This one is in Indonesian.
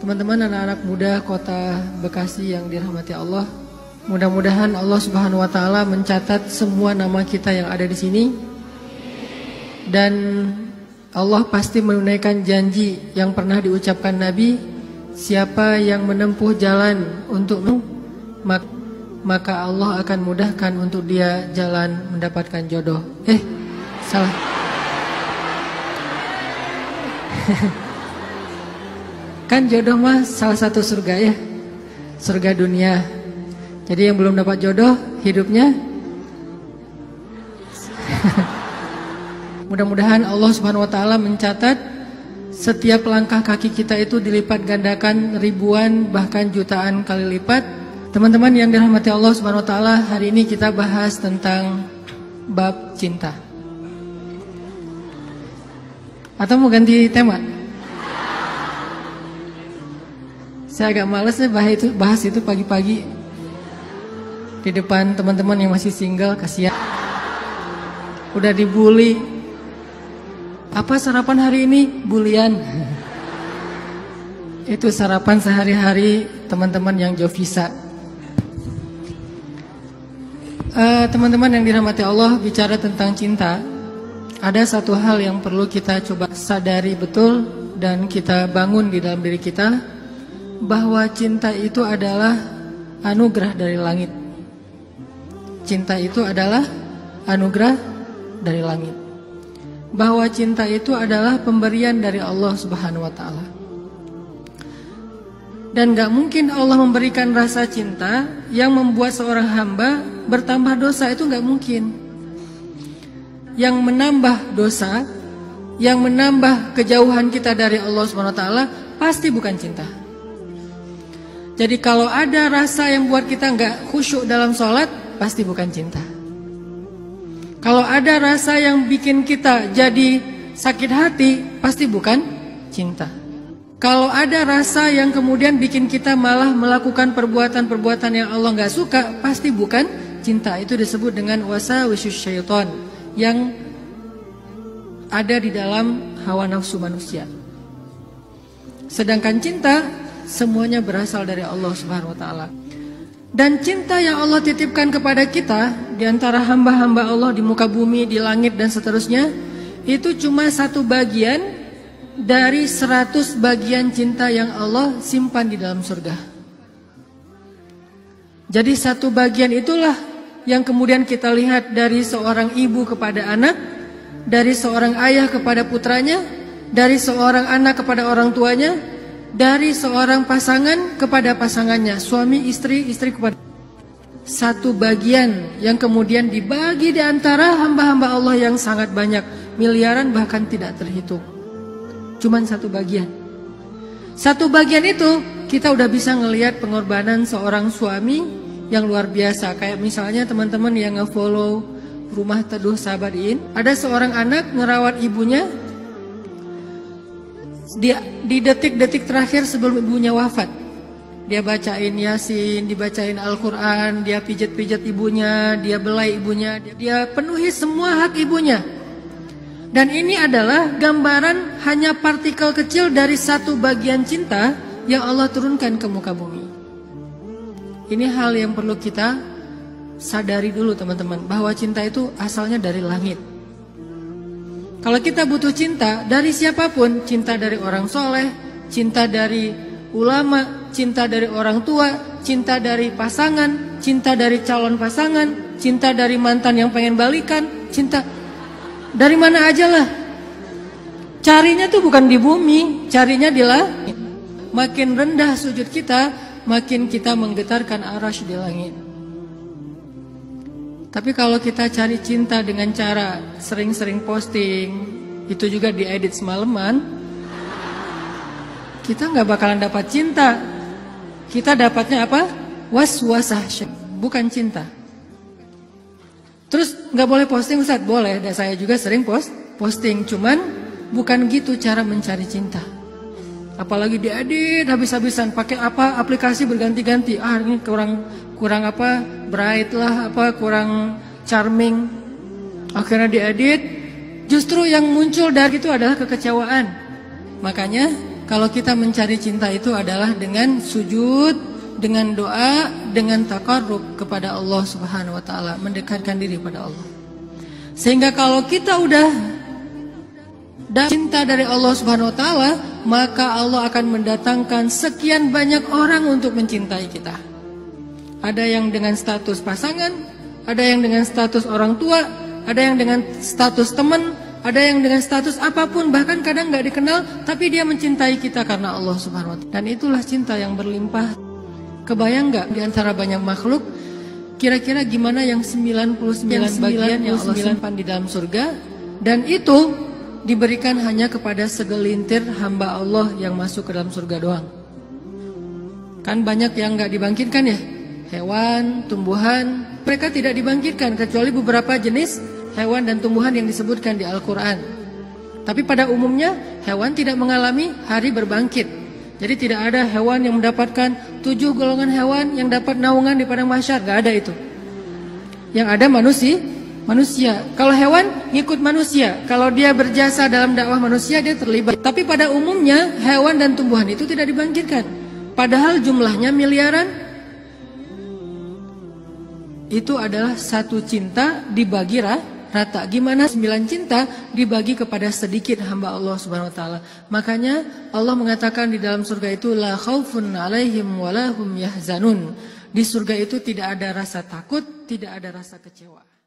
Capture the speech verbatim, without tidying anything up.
Teman-teman anak-anak muda kota Bekasi yang dirahmati Allah, mudah-mudahan Allah Subhanahu wa taala mencatat semua nama kita yang ada di sini. Dan Allah pasti menunaikan janji yang pernah diucapkan Nabi, siapa yang menempuh jalan untukmu, maka Allah akan mudahkan untuk dia jalan mendapatkan jodoh. Eh, salah. Kan jodoh mah salah satu surga ya, surga dunia. Jadi yang belum dapat jodoh hidupnya mudah-mudahan Allah Subhanahu wa taala mencatat setiap langkah kaki kita itu dilipat gandakan ribuan bahkan jutaan kali lipat. Teman-teman yang dirahmati Allah Subhanahu wa taala, hari ini kita bahas tentang bab cinta. Atau mau ganti tema? Saya agak males nih bahas itu, bahas itu pagi-pagi di depan teman-teman yang masih single, kasihan. Udah dibully. Apa sarapan hari ini? Bulian. Itu sarapan sehari-hari teman-teman yang Jovisa. Uh, teman-teman yang dirahmati Allah, bicara tentang cinta, ada satu hal yang perlu kita coba sadari betul dan kita bangun di dalam diri kita, bahwa cinta itu adalah anugerah dari langit. Cinta itu adalah anugerah dari langit. Bahwa cinta itu adalah pemberian dari Allah Subhanahu wa taala. Dan gak mungkin Allah memberikan rasa cinta yang membuat seorang hamba bertambah dosa, itu gak mungkin. Yang menambah dosa, yang menambah kejauhan kita dari Allah Subhanahu wa taala pasti bukan cinta. Jadi kalau ada rasa yang buat kita gak khusyuk dalam sholat, pasti bukan cinta. Kalau ada rasa yang bikin kita jadi sakit hati, pasti bukan cinta. Kalau ada rasa yang kemudian bikin kita malah melakukan perbuatan-perbuatan yang Allah gak suka, pasti bukan cinta. Itu disebut dengan wasawisus syaitan yang ada di dalam hawa nafsu manusia. Sedangkan cinta semuanya berasal dari Allah Subhanahu wa taala. Dan cinta yang Allah titipkan kepada kita di antara hamba-hamba Allah di muka bumi, di langit dan seterusnya, itu cuma satu bagian dari seratus bagian cinta yang Allah simpan di dalam surga. Jadi satu bagian itulah yang kemudian kita lihat dari seorang ibu kepada anak, dari seorang ayah kepada putranya, dari seorang anak kepada orang tuanya, dari seorang pasangan kepada pasangannya, suami istri, istri kepada. Satu bagian yang kemudian dibagi di antara hamba-hamba Allah yang sangat banyak, miliaran bahkan tidak terhitung. Cuman satu bagian. Satu bagian itu kita udah bisa ngelihat pengorbanan seorang suami yang luar biasa. Kayak misalnya teman-teman yang nge-follow Rumah Teduh Sabariin, ada seorang anak ngerawat ibunya. Dia di detik-detik terakhir sebelum ibunya wafat, dia bacain Yasin, dibacain Al-Quran, dia pijat-pijat ibunya, dia belai ibunya, dia, dia penuhi semua hak ibunya. Dan ini adalah gambaran hanya partikel kecil dari satu bagian cinta yang Allah turunkan ke muka bumi. Ini hal yang perlu kita sadari dulu teman-teman, bahwa cinta itu asalnya dari langit. Kalau kita butuh cinta dari siapapun, cinta dari orang soleh, cinta dari ulama, cinta dari orang tua, cinta dari pasangan, cinta dari calon pasangan, cinta dari mantan yang pengen balikan, cinta dari mana aja lah. Carinya tuh bukan di bumi, carinya di langit. Makin rendah sujud kita, makin kita menggetarkan arasy di langit. Tapi kalau kita cari cinta dengan cara sering-sering posting, itu juga diedit semalaman, kita nggak bakalan dapat cinta. Kita dapatnya apa? Was-wasah, bukan cinta. Terus nggak boleh posting Ustaz? Boleh, dan saya juga sering post posting, cuman bukan gitu cara mencari cinta. Apalagi diedit habis-habisan, pakai apa aplikasi berganti-ganti. Ah ini kurang kurang apa bright lah, apa kurang charming. Akhirnya diedit. Justru yang muncul dari itu adalah kekecewaan. Makanya Kalau kita mencari cinta itu adalah dengan sujud, dengan doa, dengan taqarrub kepada Allah Subhanahu wa taala, mendekatkan diri pada Allah. Sehingga kalau kita udah cinta dari Allah Subhanahu wa taala, maka Allah akan mendatangkan sekian banyak orang untuk mencintai kita. Ada yang dengan status pasangan, ada yang dengan status orang tua, ada yang dengan status teman, ada yang dengan status apapun, bahkan kadang nggak dikenal, tapi dia mencintai kita karena Allah Subhanahu wa taala. Dan itulah cinta yang berlimpah. Kebayang nggak di antara banyak makhluk, kira-kira gimana yang sembilan puluh sembilan bagian yang Allah simpan di dalam surga, dan itu diberikan hanya kepada segelintir hamba Allah yang masuk ke dalam surga doang. Kan banyak yang nggak dibangkitkan ya, hewan, tumbuhan, mereka tidak dibangkitkan kecuali beberapa jenis hewan dan tumbuhan yang disebutkan di Al-Quran. Tapi pada umumnya hewan tidak mengalami hari berbangkit. Jadi tidak ada hewan yang mendapatkan tujuh golongan hewan yang dapat naungan di padang mahsyar, gak ada itu. Yang ada manusia, manusia. Kalau hewan ngikut manusia, kalau dia berjasa dalam dakwah manusia dia terlibat. Tapi pada umumnya hewan dan tumbuhan itu tidak dibangkitkan. Padahal jumlahnya miliaran. Itu adalah satu cinta dibagi rata. Gimana sembilan cinta dibagi kepada sedikit hamba Allah Subhanahu wa taala. Makanya Allah mengatakan di dalam surga itu la khaufun 'alaihim wa lahum yahzanun. Di surga itu tidak ada rasa takut, tidak ada rasa kecewa.